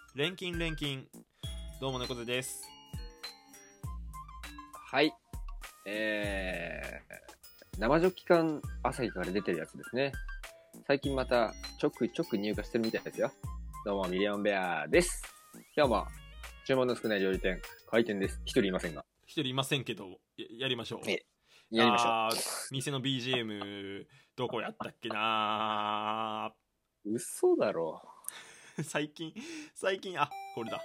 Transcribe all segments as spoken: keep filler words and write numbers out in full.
錬金錬金。どうも猫背です。 はい、えー、生ジョッキ缶朝日から出てるやつですね。最近またちょくちょく入荷してるみたいですよ。どうもミリオンベアです。今日も注文の少ない料理店開店です。一人いませんが一人いませんけど や, やりましょうえやりましょう。 店の ビージーエム どこやったっけな。 嘘だろ最近最近あこれだ。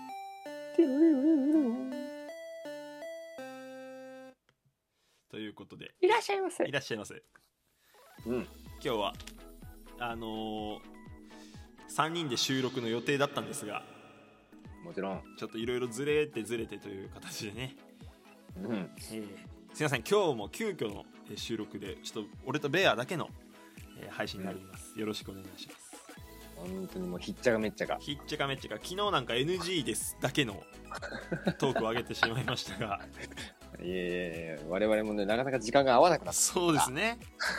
ということでいらっしゃいませ。 いらっしゃいませ。 うん、 今日はあのー、さんにんで収録の予定だったんですが、 もちろんちょっといろいろずれてずれてという形でね、 うん、 えー、すいません。今日も急遽の収録でちょっと俺とベアだけの配信になります、うん、よろしくお願いします。 本当にもうひっちゃかめっちゃかひっちゃかめっちゃか。昨日なんか エヌジー ですだけのトークを上げてしまいましたがいえいえ、我々もねなかなか時間が合わなくなった。 そうですね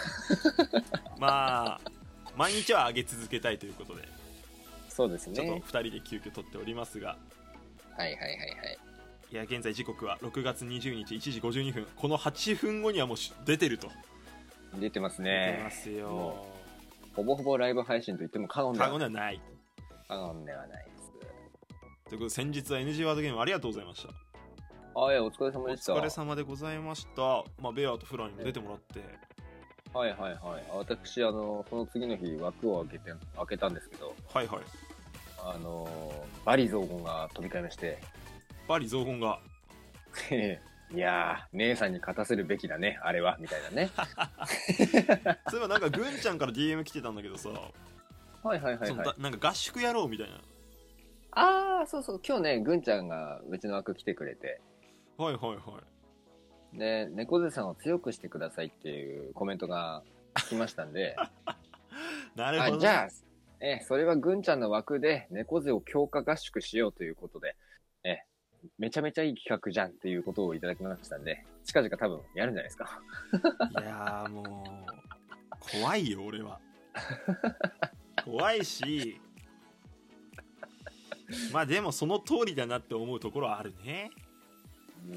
まあ毎日は上げ続けたいということで、 そうですね、 ちょっとふたりで急遽撮っておりますが、 はいはいはいはい。 いや現在時刻はろくがつにじゅうにちいちじごじゅうにふん。このはっぷんごにはもう出てると。 出てますね。 出てますよ。 ほぼほぼライブ配信と言っても過言では過言ではない。 過言ではないです。 ということで先日は エヌジー ワードゲームありがとうございました。 あ、いやお疲れ様でした。 お疲れ様でございました。まあベアとフラにも出てもらって、 はいはいはい。私あのその次の日枠を開けて開けたんですけど、 はいはい。 あのバリ雑言が飛び交いまして、 バリ雑言がいやー姉さんに勝たせるべきだねあれはみたいなねそういえばなんかぐんちゃんから ディーエム 来てたんだけどさ、 はいはいはいそのはい。 なんか合宿やろうみたいな。 ああそうそう、今日ねぐんちゃんがうちの枠来てくれて、 はいはいはい。 で猫背さんを強くしてくださいっていうコメントが来ましたんでなるほど、ね、 あじゃあえそれはぐんちゃんの枠で猫背を強化合宿しようということで、えめちゃめちゃいい企画じゃんっていうことをいただきましたんで、近々多分やるんじゃないですかいやーもう怖いよ俺は怖いし、まあでもその通りだなって思うところはあるね。 うん、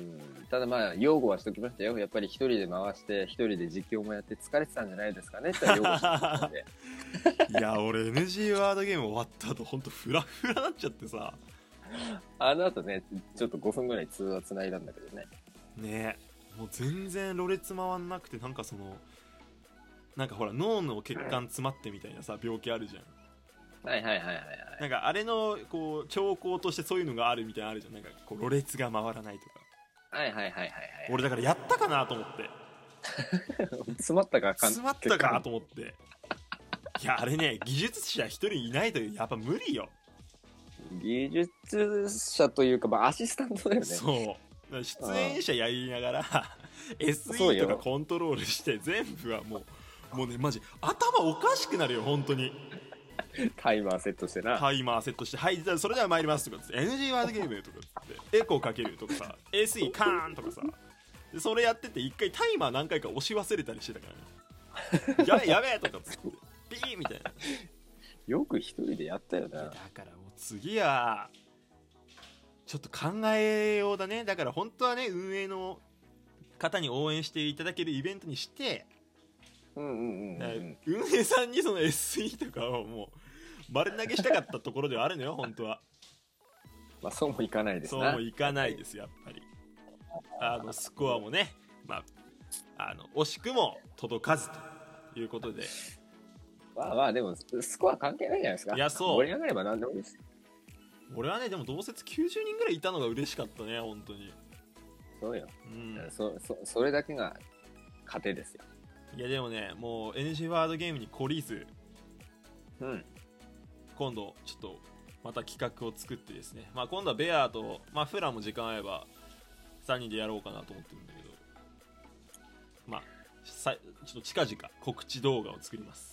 ただまあ擁護はしときましたよ。やっぱり一人で回して一人で実況もやって疲れてたんじゃないですかねって擁護してたんでいや俺 エヌジー ワードゲーム終わった後ほんとフラフラなっちゃってさ、 あの後ねちょっとごふんぐらい通話つないだんだけどね。 ねえもう全然ろれつ回んなくて、なんかそのなんかほら脳の血管詰まってみたいなさ病気あるじゃん。 はいはいはいはいはい。 なんかあれのこう兆候としてそういうのがあるみたいなのあるじゃん。なんかこうろれつが回らないとか。 はいはいはいはいはい。 俺だからやったかなと思って詰まったか詰まったかと思って。いやあれね技術者一人いないとやっぱ無理よ。 技術者というか、まあ、アシスタントだよね。 そう出演者やりながら エスイー とかコントロールして全部はもうもうねマジ頭おかしくなるよ本当に。 タイマーセットしてな。 タイマーセットしてはいじゃあそれでは参りますとかつって エヌジー ワードゲームとかつってエコーかけるとかさ エスイー カーンとかさでそれやってて一回タイマー何回か押し忘れたりしてたからねやべえやべえとかつってピーみたいな。 よく一人でやったよな。 だからもう次はちょっと考えようだね。だから本当はね運営の方に応援していただけるイベントにして、 うんうんうんうん、 運営さんにその エスイー とかをもう丸投げしたかったところではあるのよ本当は。 まあそうもいかないですな。 そうもいかないですやっぱり。あのスコアもね、まあ、あの惜しくも届かずということで、 まあまあでもスコア関係ないじゃないですか。 いやそう盛り上がれば何でもいいです。 俺はねでも同説きゅうじゅうにんぐらいいたのが嬉しかったね本当に。 そうよ、 うん、 そ, そ, それだけが糧ですよ。 いやでもねもう エヌジー ワードゲームに懲りず、 うん、 今度ちょっとまた企画を作ってですね、まあ、今度はベアと、まあ、フラも時間合えばさんにんでやろうかなと思ってるんだけど、まあさちょっと近々告知動画を作ります。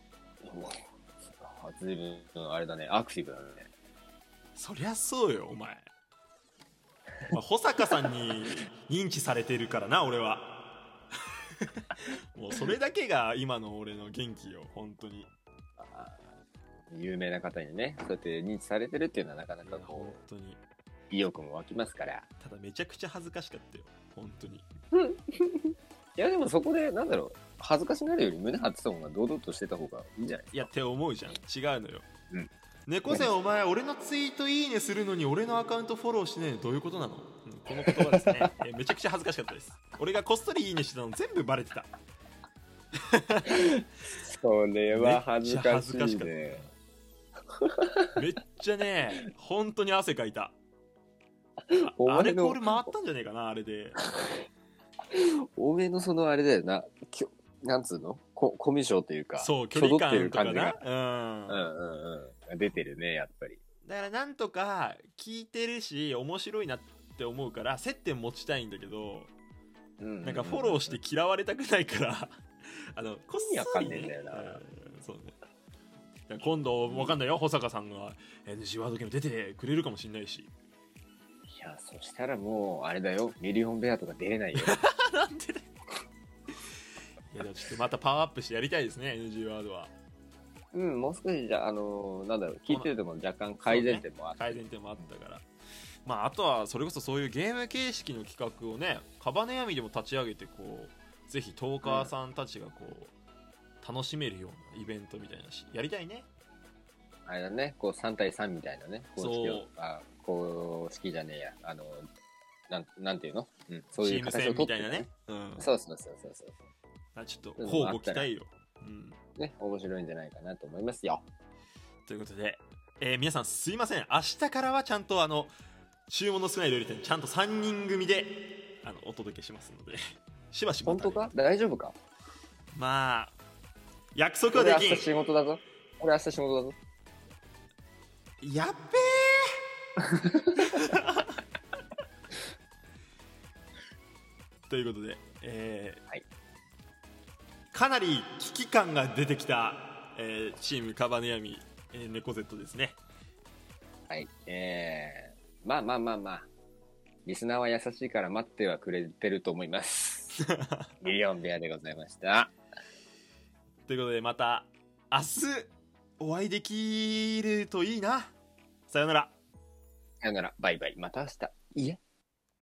随分あれだねアクティブだね。 そりゃそうよお前、まあ、保坂さんに認知されてるからな俺はもうそれだけが今の俺の元気よ本当に。 有名な方にね、そうやって認知されてるっていうのはなかなかいや本こ当にう、意欲も湧きますから。 ただめちゃくちゃ恥ずかしかったよ本当に。 いやでもそこで、なんだろう、恥ずかしがるより胸張ってた方が堂々としてた方がいいんじゃないですか。 いやって思うじゃん。違うのよ。 うん猫背お前俺のツイートいいねするのに俺のアカウントフォローしてないのどういうことなの、うん、この言葉ですね、えーめちゃくちゃ恥ずかしかったです。俺がこっそりいいねしてたの全部バレてた。 それは恥ずかしいめっちゃ恥ずかしかね。 めっちゃね本当に汗かいた。 お前のああれコール回ったんじゃねえかなあれで。 おめえのそのあれだよな、きょなんつうのココミュ障というか、 そう距離挙動っていう感とか感じが、 な、うんうんうんうん、出てるね、やっぱり。 だからなんとか聞いてるし面白いなって思うから接点持ちたいんだけど、 うんなんかフォローして嫌われたくないからあのこっそり、ね、 意味わかんねえんだよなうんそうね。だから今度わかんないよ、保坂さんが エヌジー ワードゲーム出てくれるかもしれないし。 いや、そしたらもうあれだよ、ミリオンベアとか出れないよ。 なんでだよ。いやでもちょっとまたパワーアップしてやりたいですね エヌジー ワードは。 うん、もう少しじゃあのーなんだろう、聞いてるとも若干改善点もあって、 改善点もあったから、まああとはそれこそそういうゲーム形式の企画をねカバネヤミでも立ち上げて、こうぜひトーカーさんたちがこう楽しめるようなイベントみたいなしやりたいね。 あれだね、こうさん対さんみたいなね、公式そうを、あ、公式じゃねえや、あの、なんなんていうの、うん、そういうチーム戦形を取ってみたいなね。うんそうそうそうそうそう。 あちょっと交互期待よ。うんね、面白いんじゃないかなと思いますよ。 ということで、えー皆さんすいません、明日からはちゃんとあの注文の少ない料理店ちゃんとさんにん組であのお届けしますのでしばしば本当か大丈夫か。 まあ約束はできん。 俺明日仕事だぞ。俺明日仕事だぞ。 やっべーということで、えーはいかなり危機感が出てきた、えーチームカバネヤミ、えー、猫 Z ですね。 はい。えー、まあまあまあまあ。リスナーは優しいから待ってはくれてると思います。ミリオンベアでございました。 ということでまた明日お会いできるといいな。さよなら。 さよなら。バイバイ。また明日。いいえ。